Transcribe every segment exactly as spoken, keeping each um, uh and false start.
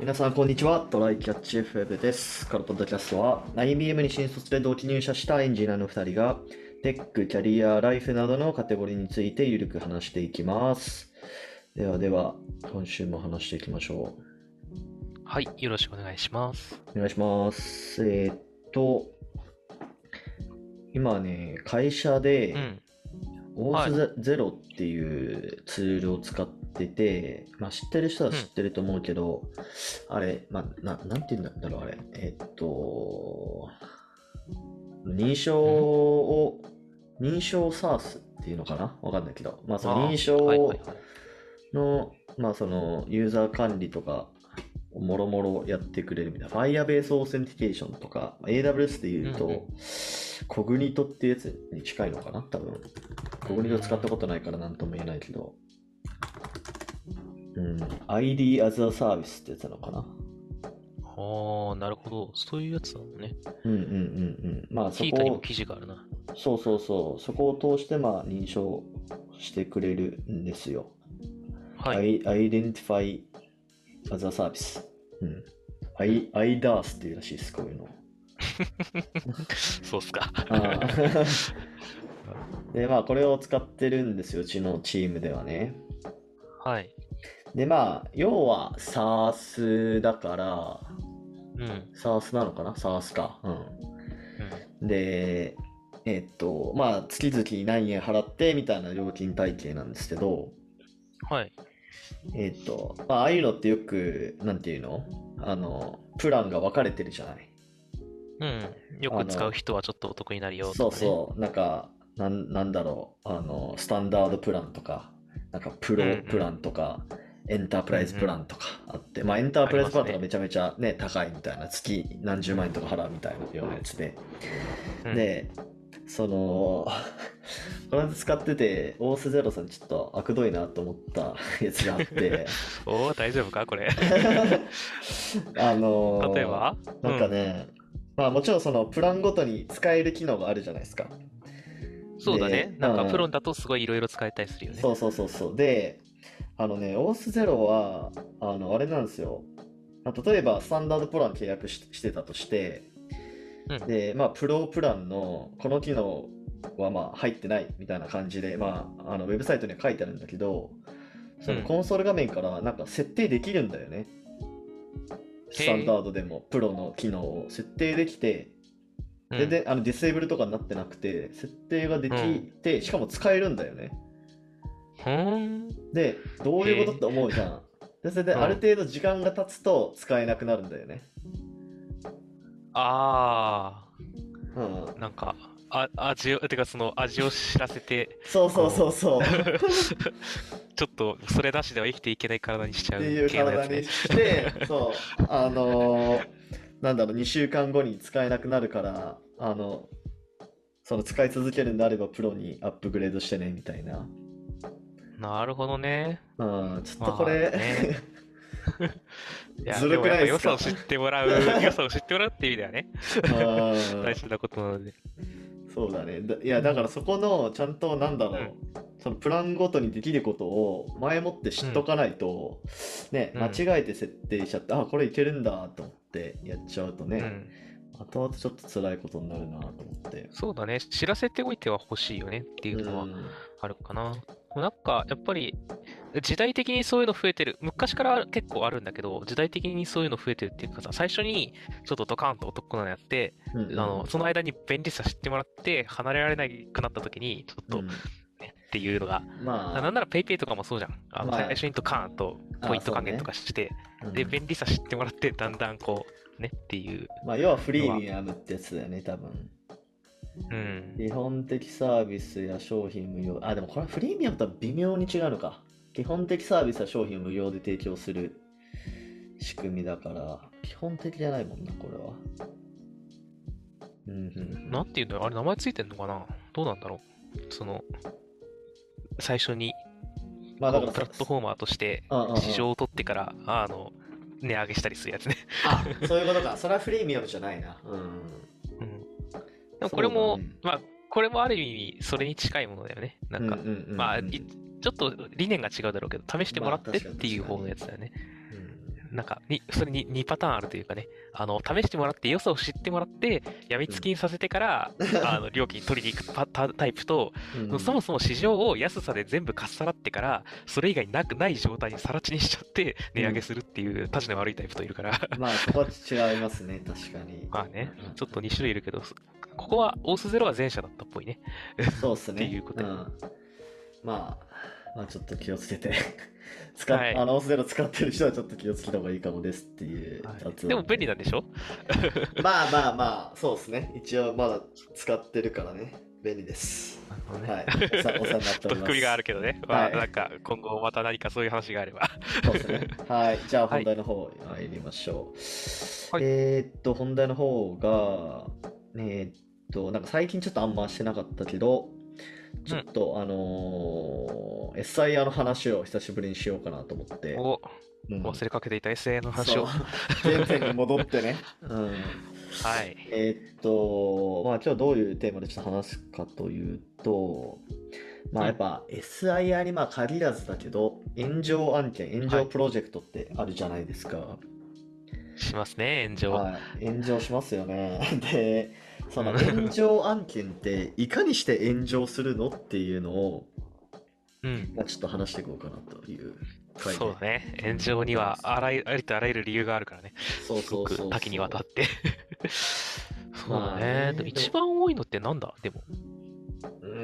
皆さん、こんにちは。トライキャッチ エフエム です。このポッドキャストは、アイビーエム に新卒で同期入社したエンジニアのふたりが、テック、キャリア、ライフなどのカテゴリーについてゆるく話していきます。ではでは、今週も話していきましょはい、よろしくお願いします。 う。お願いします。えーっと、今ね、会社で、 うん、 オーはい、 スゼロっていうツールを使ってて、まあ知ってる人はうん、 知ってると思うけど、あれ、まあ、な、なんて言うんだろう、あれ。えっと、認証うん、 を、認証サースっていうのかなわかんないけど、まあその認ああ、はいはい証はい。 の、まあそのユーザー管理とか、もろもろやってくれるみたいな。Firebase Authentication とか、エーダブリューエス でうん、うん、 言うと、コグニトっていうやつに近いのかな多分。 うコグニト使ったん。 ことないから何とも言えないけど。うん。アイディー as a Service ってやつなのかな。 ああ、なるほど。そういうやつなのね。 うんうんうんうん。まあそキータにもこを、 記事があるな。 そうそうそう。そこを通してまあ認証してくれるんですよ。 はい。 アイ Identify as a Service。うん。アイ、アイダースっていうらしいです、こういうの。 そうっすか。 ああ。で、まあ、これを使ってるんですよ、うちのチームではね。 はい。 で、まあ、要は SaaS だから、 うん、 SaaS なのかな？ SaaS か。 うん。 うん。で、えっと、まあ、月々何円払ってみたいな料金体系なんですけど、 はい。 えっと、まあ、ああいうのってよく、なんていうのあの、プランが分かれてるじゃない。 うん。よく使うあの、 人はちょっとお得になるよとそうかね。 そう、なんか、なん、なんだろう、あの、スタンダードプランとか、なんかプうん、うロプラん、 ンとか、エンタープうん、うライズプラん。 ンとかあって、まあエンターあプライズプランとかりますね。 めちゃめちゃね、高いみたいな、月何十うん、 万円とか払うみたいなようなやつで。 うん。 で、その、これ使ってて、オースゼロさんちょっと悪どいなと思ったやつがあって、 おお、大丈夫かこれ。 あの例えばなんかうん。 ね、まあもちろんそのプランごとに使える機能があるじゃないですか。で、 そうだね。 うなんかプロん、 だとすごいいろいろ使えたりするよね。 そうそうそうそう。で、あのね、オースゼロは、あの、あれなんですよ。まあ例えば、スタンダードプラン契約し、してたとして、 うん、 で、まあ、プロプランのこの機能はまあ入ってないみたいな感じで、まあ、あのウェブサイトには書いてあるんだけど、そのうん。 コンソール画面からなんか設定できるんだよね。スタンへえ。 ダードでもプロの機能を設定できて、 うん、 全然あのディセーブルとかになってなくて、設定がでうん。 きて、しかも使えるんだよね。 ふーん。 で、どういうことってへえ。 思うじゃん。で、それでうん。 ある程度時間が経つと使えなくなるんだよね。 あうん。 あ、なんか、あ、味を、てかその味を知らせて、 そうそうそこう、 うそう。 ちょっとそれなしでは生きていけない体にしちゃうっていう体に系のやつね。 して、そう、あのーなんだろう、にしゅうかんごに使えなくなるから、あの、その使い続けるんであればプロにアップグレードしてね、みたいな。 なるほどね。 うん、ちょっとこまあれね。いや、 ずるくでもやっぱないですか？ 良さを知ってもらう、良さを知ってもらうっていう意味ではね、 うん、 大事なことなので。 そうだね。だいや、だからうん。 そこの、ちゃんとなんだうん。 ろう、そのプランごとにできることを前もって知うん。 っとかないと、ね、間うん。 違えて設定しちゃって、あ、これいけるんだと思ってやっちゃうとね、 うん。 後々ちょっと辛いことになるなと思って。 そうだね。知らせておいては欲しいよねっていううのはん。 あるかな。なんか、やっぱり、時代的にそういうの増えてる。昔から結構あるんだけど、時代的にそういうの増えてるっていうかさ、最初にちょっとドカーンとお得なのやって、 うんうんあの、その間に便利さ知ってもらって、離れられなくなった時に、ちょっと、 うん。 ね、っていうのが、 まなんならペイペイとかもそうじゃん。ああ、 の、最ま初にドカーンとあ、あ、 ポイント還元とそうね。 かして、で、 うん。 便利さ知ってもらって、だんだんこう、ね、っていうまあ、要はフのは、 リーミアムってやつだよね、多分。 うん。 基本的サービスや商品無料。あ、でもこれはフリーミアムとは微妙に違うのか。基本的サービスや商品を無料で提供する仕組みだから、基本的じゃないもんな、これは。うんうんうん。 なんていうんだろう、あれ名前ついてんのかなどうなんだろう。その、最初にこう、プまあだからさ、 ラットフォーマーとしてうんうんうん。 市場を取ってから、あの、値上げしたりするやつね。 あ、そういうことか。それはフリーミアムじゃないな。うん。 うん。でもこれも、 そうだね。 まあ、これもある意味、それに近いものだよね。なんか、 うんうんうんうまあ、いちん。 ょっと理念が違うだろうけど、試してもまあらってっ確かにていう方の確かに。 やつだよね。 うん。 なんかに、それににパターンあるというかね、あの、試してもらって、良さを知ってもらって、やみつきにさせてから、あの、料金取りに行くパタタイプと、 うんそもそも市場を安さで全部かっさらってから、それ以外なくない状態にさら地にしちゃって、値上げするっていう、たちの悪いタイプといるから、 まあ、そこは違いますね、確かに。 まあね、ちょっとに種類いるけど、ここは、オースゼロは前者だったっぽいね。 そうっすね。 っていうことでうん。まあ、まあちょっと気をつけて使っ、 はいあの、オスゼロ使ってる人はちょっと気をつけた方がいいかもですっていうはい雑でも便利なんでしょまあまあまあ、そうですね。一応まだ使ってるからね。便利です。 なるほどねはい。お世お世話になっております。 とっくみがあるけどね。まあ、 はいなんか、今後また何かそういう話があれば。 そうですね。はい。じゃあはい本題の方参りましょう。 はいえーっと、本題の方が、えーっと、なんか最近ちょっとあんましてなかったけど、ちょっと、あのー エスアイアール の話を久しぶりにしようかなと思って。 お、 うん忘れかけていた エスエー の話そうを。 原点に戻ってね。うん。 はい。 えーっと、まあ今日どういうテーマでちょっと話すかというと、まあやっぱ エスアイアール にまあ限らずだけど、炎上案件、炎上プロジェクトってあるじゃないですか。 しますね、炎上。 はい。炎上しますよね。で、そのうん炎上案件っていかにして炎上するのっていうのを、 うん。 まあ、ちょっと話していこうかなという回で。 そうだね。炎上にはあらゆありとあらゆる理由があるからね。 そうすそうそうそう。 ごく多岐にわたって。そうまあだね。 ねでも一番多いのってなんだでも。 うー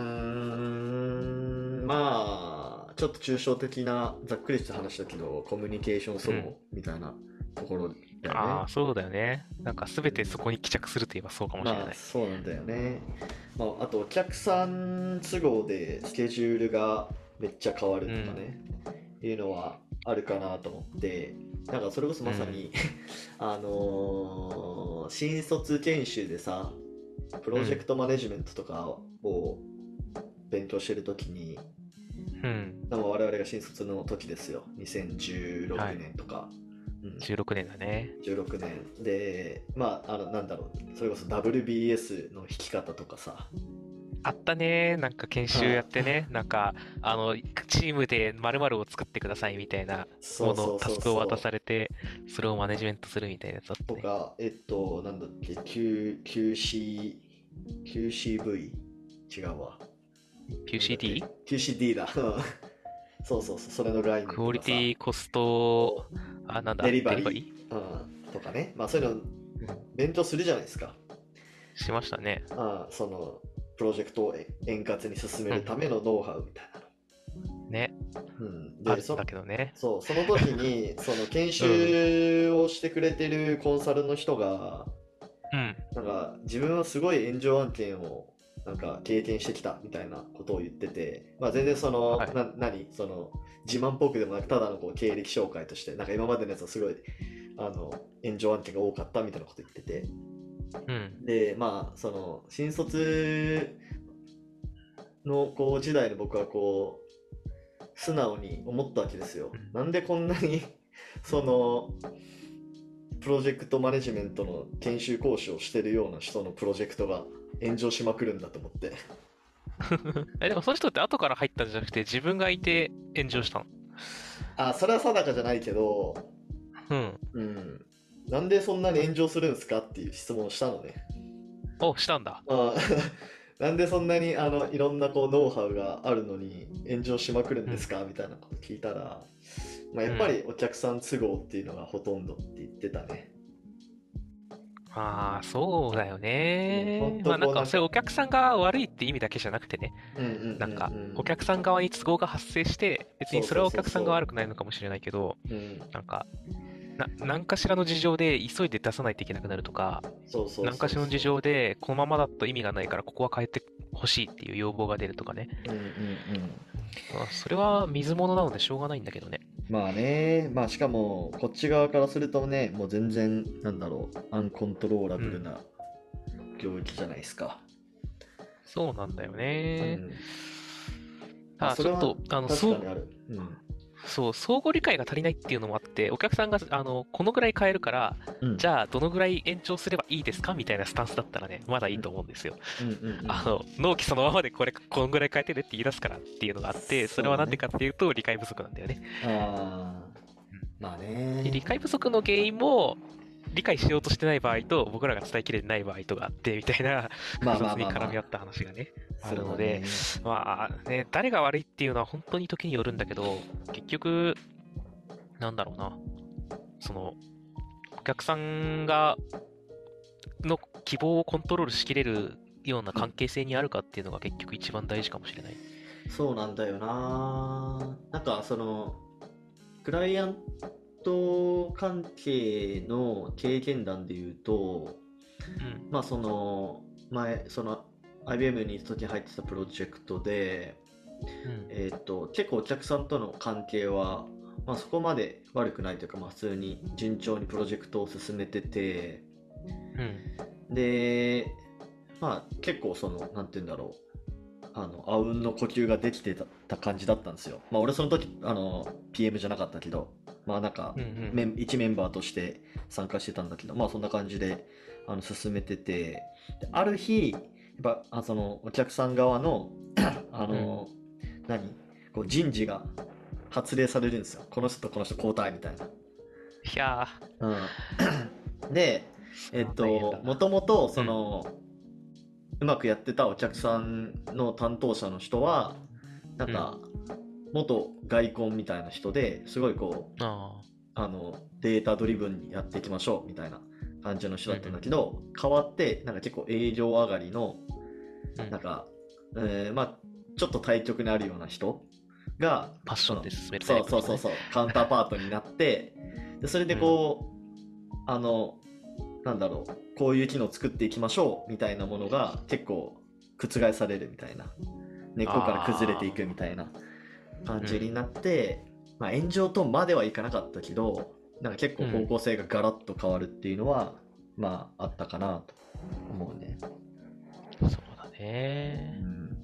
ん、まあ、ちょっと抽象的な、ざっくりした話だけど、コミュニケーションソロみたいなところだよね。 ああ、そうだよね。なんか全てそこに帰着するといえばそうかもしれまあ、 ない。 そうなんだよね。まあ、あと、お客さん都合でスケジュールがめっちゃ変わるとかね、いうのはあるかなと思って、なんかそれこそまさに、あのー新卒研修でさ、プロジェクトマネジメントとかを勉強してるときに、 うん。 なんか我々が新卒の時ですよ。にせんじゅうろくねんとか。うんじゅうろくねんだね。 じゅうろくねんで、まあ、あの、なんだろう、それこそ ダブリュービーエス の弾き方とかさ、 あったね。なんか研修やってね。なんか、あの、チームで〇〇を作ってくださいみたいなもの、 そうそうタスクをそうそう渡されて、それをマネジメントするみたいなやつだったね。 とか、えっと、なんだっけ、Q、キューシー、キューシーブイ? 違うわ。 キューシーディー? キューシーディー だ。そうそうそう、それの概念とかさ。 クオリティ、コスト、あ、なんだ、 デリバリーデリうん、とかね。まあそういうのバリー勉強するじゃないですか。 しましたね。 あそのプロジェクトを円滑に進めるためのノウハウみたいなの。 ね。 うん、 あるんでそだけどね。 そうその時にその研修をしてくれてるコンサルの人が、 うん。 なんか自分はすごい炎上案件をなんか経験してきたみたいなことを言ってて、まあ、全然その、 はいな何その自慢っぽくでもなくただのこう経歴紹介としてなんか今までのやつはすごいあの炎上案件が多かったみたいなこと言ってて、 うん。 でまあその新卒のこう時代の僕はこう素直に思ったわけですよ。なんでこんなにそのプロジェクトマネジメントの研修講師をしてるような人のプロジェクトが炎上しまくるんだと思って。 え、でもその人って後から入ったんじゃなくて自分がいて炎上したの。 あ、それは定かじゃないけど、 うん。 うん、なんでそんなに炎上するんですかっていう質問をしたのね。 お、したんだ。 まあなんでそんなにあのいろんなこうノウハウがあるのに炎上しまくるんですか、みたいなこと聞いたら、まあ、やっぱりお客さん都合っていうのがほとんどって言ってたね。 ああ、そうだようんねほん。とまあなんか、 こうなんかそれお客さんが悪いって意味だけじゃなくてね。 うんうんうんうんなんか、お客さん側に都合が発生して、別にそれはお客さんが悪くないのかもしれないけど、 うんなんか、な、何かしらの事情で急いで出さないといけなくなるとか、 そうそうそうそう何かしらの事情でこのままだと意味がないからここは変えてほしいっていう要望が出るとかね。 うんうんうんまあそれは水物なのでしょうがないんだけどね。 まあね、まあしかもこっち側からするとね、もう全然なんだろう、アンコントローラブルな領域じゃないですか。 そうなんだようね。 ん、 ただそれはちょっと、あの、 確そう、 かにある。うんそう、相互理解が足りないっていうのもあって、お客さんが、あの、このぐらい変えるから、 うんじゃあ、どのぐらい延長すればいいですかみたいなスタンスだったらね、まだいいと思うんですよ。 うんうんうんあの、納期そのままでこれ、このぐらい変えてねって言い出すからっていうのがあって、それはなんでかっていうと、理解不足なんだよね。 あまあで、理ね。 解不足の原因も、理解しようとしてない場合と、僕らが伝えきれてない場合とがあって、みたいな、 まあ複雑まあまあまに絡み合った話がね、 あ、そうあるので、 だね。 まあね、誰が悪いっていうのは本当に時によるんだけど、結局、なんだろうな、その、お客さんが、の希望をコントロールしきれるような関係性にあるかっていうのが結局一番大事かもしれない。 そうなんだよな。なんかその、クライアント関係の経験談で言うと、 うん、 まあその、前、その アイビーエム にいた時入ってたプロジェクトで、 うん、 えっと、結構お客さんとの関係は、まあそこまで悪くないというか、まあ普通に順調にプロジェクトを進めてて、 うん、 で、まあ結構その、なんて言うんだろう。あの、あうんの呼吸ができてた、た感じだったんですよ。まあ俺その時、あの、ピーエム じゃなかったけど、まあなんか、 うん、うん、 メン、一メンバーとして参加してたんだけど、まあそんな感じで、あの、進めてて、である日、やっぱ、あ、その、お客さん側の、あうん。 の、何こう人事が発令されるんですよ。この人とこの人交代みたいな。 いやうん。で、 ー、 えっ大変だと、もな。 ともと、 うん、 その、うまくやってたお客さんの担当者の人は、なんうん。 か、元外交みたいな人ですごいこう、 ああの、データドリブンにやっていきましょうみたいな感じの人あ、うん、 だったんだけど、変わって、なんか結構営業上がりの、 うん、うん。 なんか、えーまあ、ちょっと対極にあるような人が、 パッシその、 ョンで進めるタそイプの人ね。 うそうそうそう、カウンターパートになって、で、それでうん。 こう、あの、なんだろう、こういう機能を作っていきましょうみたいなものが結構覆されるみたいな。根っこから崩れていああ、 くみたいな感うん、 じになって、まあ、炎上とまではいかなかったけど、なんか結構方うん。 向性がガラッと変わるっていうのは、まあ、あったかなと思うね。 そうだうね。 ん。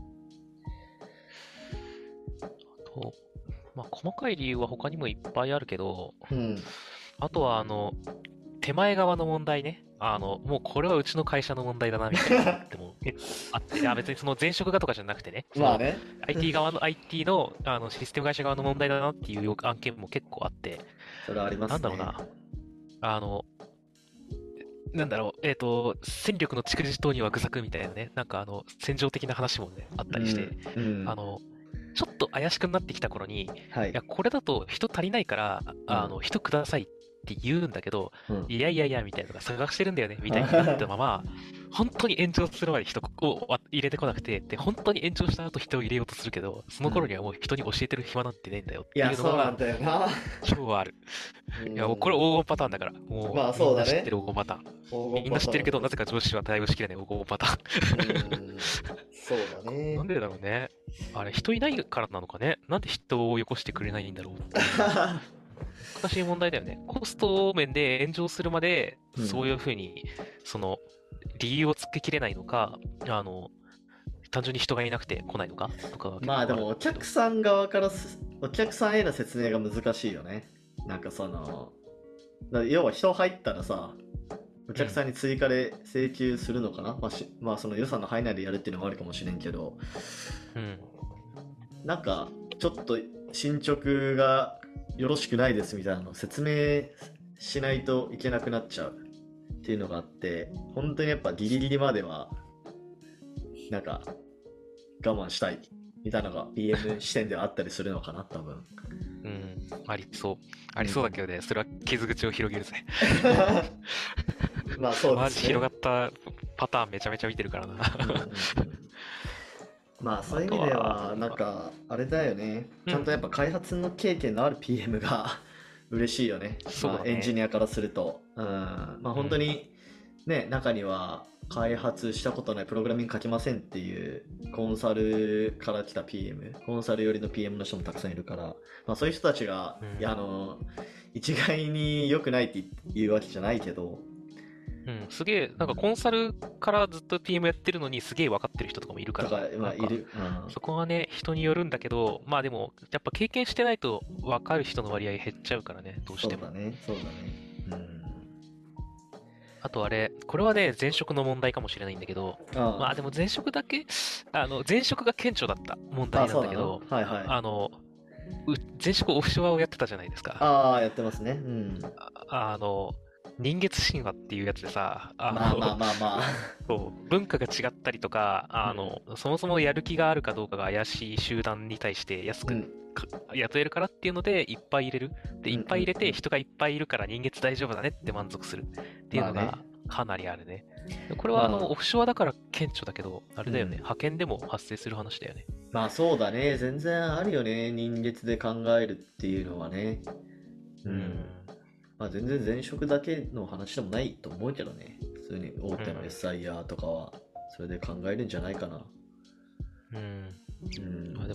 と、まあ、細かい理由は他にもいっぱいあるけど、 うん。 あとは、あの、手前側の問題ね。あの、もうこれはうちの会社の問題だな、みたいなのっても結構あって、いや別にその前職がとかじゃなくてね、そのまあね。 アイティー 側の アイティー の、あのシステム会社側の問題だなっていう案件も結構あって、 それはありますね。 なんだろうな、あの、なんだろう、えっと、戦力の蓄次等には愚策みたいなね、なんかあの、戦場的な話もね、あったりして、 うん。うん。 あの、ちょっと怪しくなってきた頃に、いはい。 や、これだと人足りないから、 うん。 あの、人くださいって言うんだけど、 うん。 いやいやいや、みたいなのが探してるんだよね、みたいになったまま、本当に炎上するまで人を入れてこなくて、で、本当に炎上した後人を入れようとするけど、その頃にうん。 はもう人に教えてる暇なんてねえんだよっいや、 ていうのがそうなんだよな。 超ある。 ういや、もうこれん。 黄金パターンだから。もまあうみんな知ってそうだね。 る黄金パターン。 黄金みんな知ってるけど、 パターンだと。 なぜか上司は対応しきれない黄金パターン。 うーん。そうだね。 なんでだろうね。あれ、人いないからなのかね。なんで人をよこしてくれないんだろうっていう難しい問題だよね。コスト面で炎上するまで、 うん。 そういうふうに、その、理由をつけきれないのか、あの、単純に人がいなくて来ないのかとかは結構あるまあでもおけど。 客さん側からす、お客さんへの説明が難しいよね。なんかその、だ要は人入ったらさ、おうん、 客さんに追加で請求するのかな、まあし、まあその予算の範囲内でやるっていうのもあるかもしれんけど、 うん、 なんかちょっと進捗がよろしくないですみたいなのを説明しないといけなくなっちゃうっていうのがあって、本当にやっぱギリギリまではなんか我慢したいみたいなのが ピーエム 視点ではあったりするのかな、多分。 うん、ありそう。ありそうだうん。 けどね、それは傷口を広げるぜ。 まあそうでマジ広すね。 がったパターンめちゃめちゃ見てるからな。 うんうんうん。まあそあういう意味でとは、 は、なんなんか、 か、あれだよね。 うん、 ちゃんとやっぱ開発の経験のある ピーエム が嬉しいよね。まあエンジそうだね。 ニアからすると。うん。まあうん、 本当に、ね、中には開発したことないプログラミング書きませんっていうコンサルから来た ピーエム、コンサル寄りの ピーエム の人もたくさんいるから、まあそういう人たちが、いや、あうん、 の、一概に良くないって言うわけじゃないけど、 うん、すげえ、なんかコンサルからずっと ピーエム やってるのにすげえ分かってる人とかもいるから、 とか、まなんか、 あいる。うん。 そこはね、人によるんだけど、まあでも、やっぱ経験してないと分かる人の割合減っちゃうからね、どうしても。 そうだね、そうだね。うん。 あとあれ、これはね、前職の問題かもしれないんだけど、まああでも前職だけ、あの、前職が顕著だった問あ、あ題あ、そうなのなんだけど、 はいはい。 あの、 う前職オフショアをやってたじゃないですか。 ああ、やってますね。うん。 ああの、人月神話っていうやつでさ、あまあまの、 あまあまあ。 そう文化が違ったりとか、あうん。 の、そもそもやる気があるかどうかが怪しい集団に対して安くうん。 か雇えるからっていうので、いっぱい入れる。で、 うん。 いっぱい入れうん。うん。 て人がいっぱいいるから人月大丈夫だねって満足するっていうまあね。 のがかなりあるね。でこれはあの、オまあ、 フショアだから顕著だけど、あれだよね。 うん。 派遣でも発生する話だよね。 まあそうだね。全然あるよね。人月で考えるっていうのはね。ううん。 ん。まあ全然前職だけの話でもないと思うけどね。普通に大手のうん。 エスアイアール とかは、それで考えるんじゃないかな。 うん。 うん。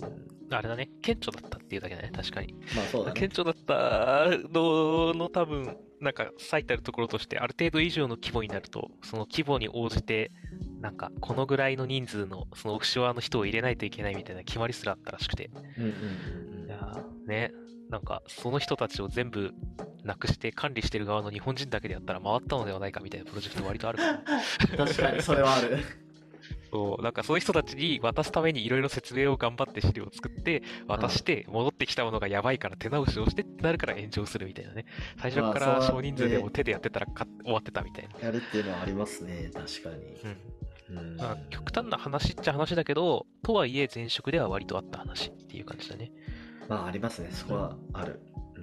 まあでも、あれだね。顕著だったっていうだけだね。確かに。 まあそうだね。 顕著だったのの多分、なんか最たるところとして、ある程度以上の規模になると、その規模に応じて、なんかこのぐらいの人数のそのオフショアの人を入れないといけないみたいな決まりすらあったらしくて。 うんうんうんいやーね、なんかその人たちを全部なくして管理してる側の日本人だけでやったら回ったのではないかみたいなプロジェクト割とあるから。 うん。確かにそれはある。 そう、なんかそういう人たちに渡すためにいろいろ説明を頑張って資料を作って渡しうて戻ってきたものがやばいから手直しをしてってなるから炎上するみたいなね。最ん。まあ初かそうやっら少人数でもて手でやってたらか終わってたみたいな。 やるっていうのはありますね。確かに。 うん。 うん。 まあ、極端な話っちゃ話だけど、とはいえ前職では割とあった話っていう感じだね。 まあありますね。そこうんはある。うん。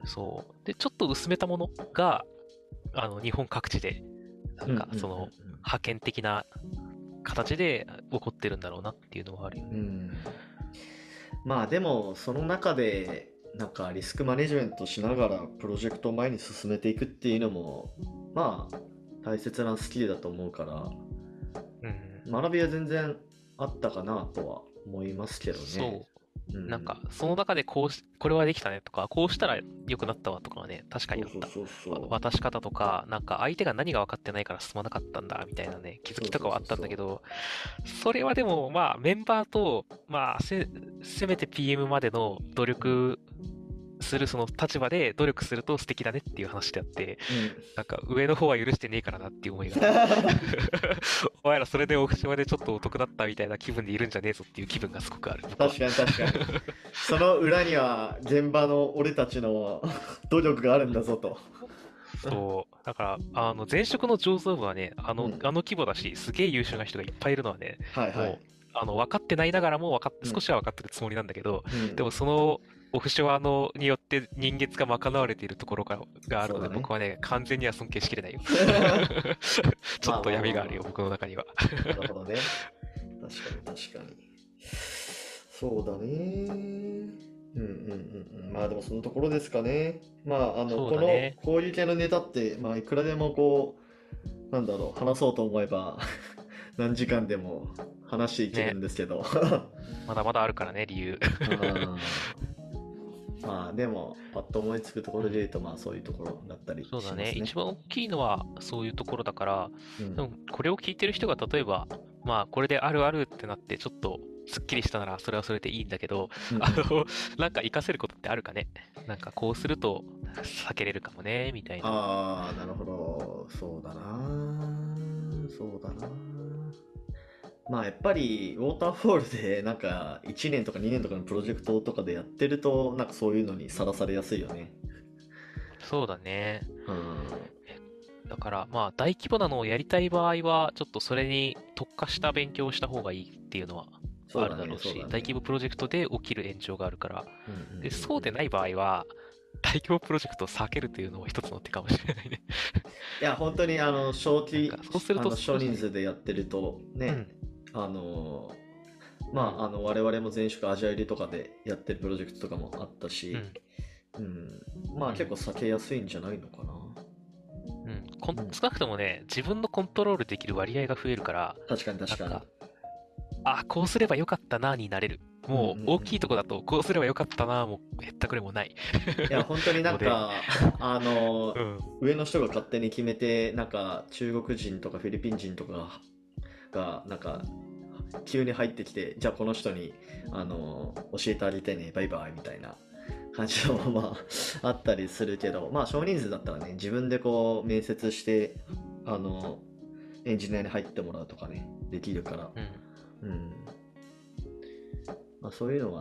そう。で、ちょっと薄めたものが、あの、日本各地で、なんうんうんかその、派遣的な形で起こってるんだろうなっていうのはあるようんうん。うね。 ん。まあでもその中でなんかリスクマネジメントしながらプロジェクトを前に進めていくっていうのもまあ大切なスキルだと思うからうん。 学びは全然あったかなとは思いますけどね。 そう。 うん。 なんか、その中でこうし、これはできたねとか、こうしたら良くなったわとかはね、確かにあった。 そうそうそうわそ渡し方とか、なんか相手が何が分かってないから進まなかったんだ、みたいなね、気う。そうづきとかはあっそうそうそたんだけど、それはでも、まあ、メンバーと、まあ、せ、せめて ピーエム までの努う。うん。 力するその立場で努力すると素敵だねっていう話であって、 うん。 なんか上の方は許してねえからなっていう思いがお前らそれでオフショアでちょっとお得だったみたいな気分でいるんじゃねえぞっていう気分がすごくある、僕は。 確かに確かに。その裏には現場の俺たちの努力があるんだぞと。 そう。だから、あの、前職の上層部はね、あの、 うん。 あの規模だし、すげえ優秀な人がいっぱいいるのはね、 はいはい。 もう、あの、分かってないながらも分かっ、 うん。 少しは分かってるつもりなんだけど、 うん。 でもその、オフショアのによって人月が賄われているところががあるので、 そうだね。 僕はね、完全には尊敬しきれないよ。ちょっとまあまあま闇があるよ、 あま僕の中には。 あ。なるほどね。確かに確かに。そうだね。うんうんうんうん。まあでもそのところですかね。まああの、 そうこの、 だね。 こういう系のネタって、まあいくらでもこう、なんだろう、話そうと思えば何時間でも話していけるね。 んですけどまだまだあるからね、理由。 あーまあでも、パッと思いつくとこうん。 ろで言うと、まあそういうところだったりそうだね。 しますね。 一番大きいのはそういうところだから、 うん。 でもこれを聞いてる人が例えば、まあこれであるあるってなってちょっとすっきりしたならそれはそれでいいんだけど、 うんうあん。 の、なんか活かせることってあるかね。なんかこうすると避けれるかもね、みたいな。 ああ、なるほど。そうだな。そうだな。まあやっぱりウォーターフォールでなんかいちねんとかにねんとかのプロジェクトとかでやってるとなんかそういうのにさらされやすいよね。 そうだね。 うん。 だからまあ大規模なのをやりたい場合は、ちょっとそれに特化した勉強をした方がいいっていうのはあそうだね、 るだろうし、 そうだね。 大規模プロジェクトで起きる炎上があるから、 うんうんで、 うんうん。 そうでない場合は、大規模プロジェクトを避けるというのも一つの手かもしれないね。 いや、本当にあの、小なんか、 規、 そうするとあの、少少し、 人数でやってるとね、 うん、 あの、 うん、 まあ、あの、我々も前職アジャイルとかでやってるプロジェクトとかもあったし、 うん、 うん、まあうん、 結構避けやすいんじゃないのかな。 うん。こんうん。 少なくともね、自分のコントロールできる割合が増えるから、 確かに確かに。 なんか、あ、こうすればよかったな、になれる。 うんうんうもう、大きいとこん。 だと、こうすればよかったな、もう、へったくれもないいや、本当になんので、 か、あの、 うん、 上の人が勝手に決めて、なんか中国人とかフィリピン人とかが、なんか、急に入ってきて、じゃあこの人に、あの、教えてあげてね、バイバイみたいな感じの、まあ、あったりするけど、まあ少人数だったらね、自分でこう、面接して、あの、エンジニアに入ってもらうとかね、できるから、 うん。 うん。まあそういうのはね、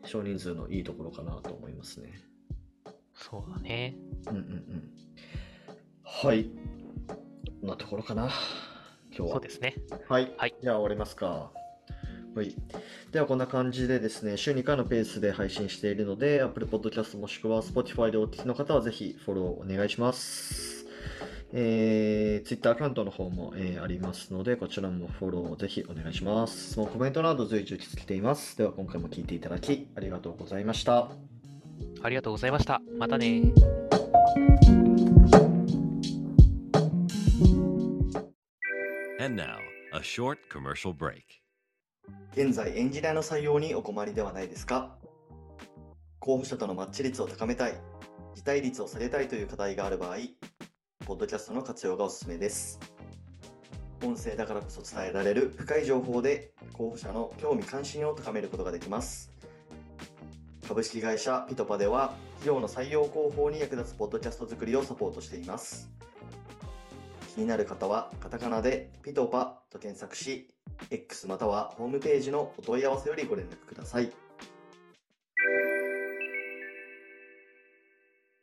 少人数のいいところかなと思いますね。 そうだね。 うんうんうん。はい。こんなところかな、今日は。 そうですね。 はい。 はい。 じゃあ終わりますか。はい。ではこんな感じでですね、週にかいのペースで配信しているので、Apple Podcast もしくは Spotify でお聞きの方はぜひフォローお願いします。えー、Twitter アカウントの方も、えーありますので、こちらもフォローぜひお願いします。質問、コメントなど随時受け付けています。では今回も聞いていただきありがとうございました。 ありがとうございました。またね。 And now, a short commercial break. 現在エンジニアの採用にお困りではないですか？候補者とのマッチ率を高めたい、辞退率を下げたいという課題がある場合、ポッドキャストの活用がおすすめです。音声だからこそ伝えられる深い情報で候補者の興味関心を高めることができます。株式会社ピトパでは企業の採用広報に役立つポッドキャスト作りをサポートしています。気になる方はカタカナでピトパと検索し、X またはホームページのお問い合わせよりご連絡ください。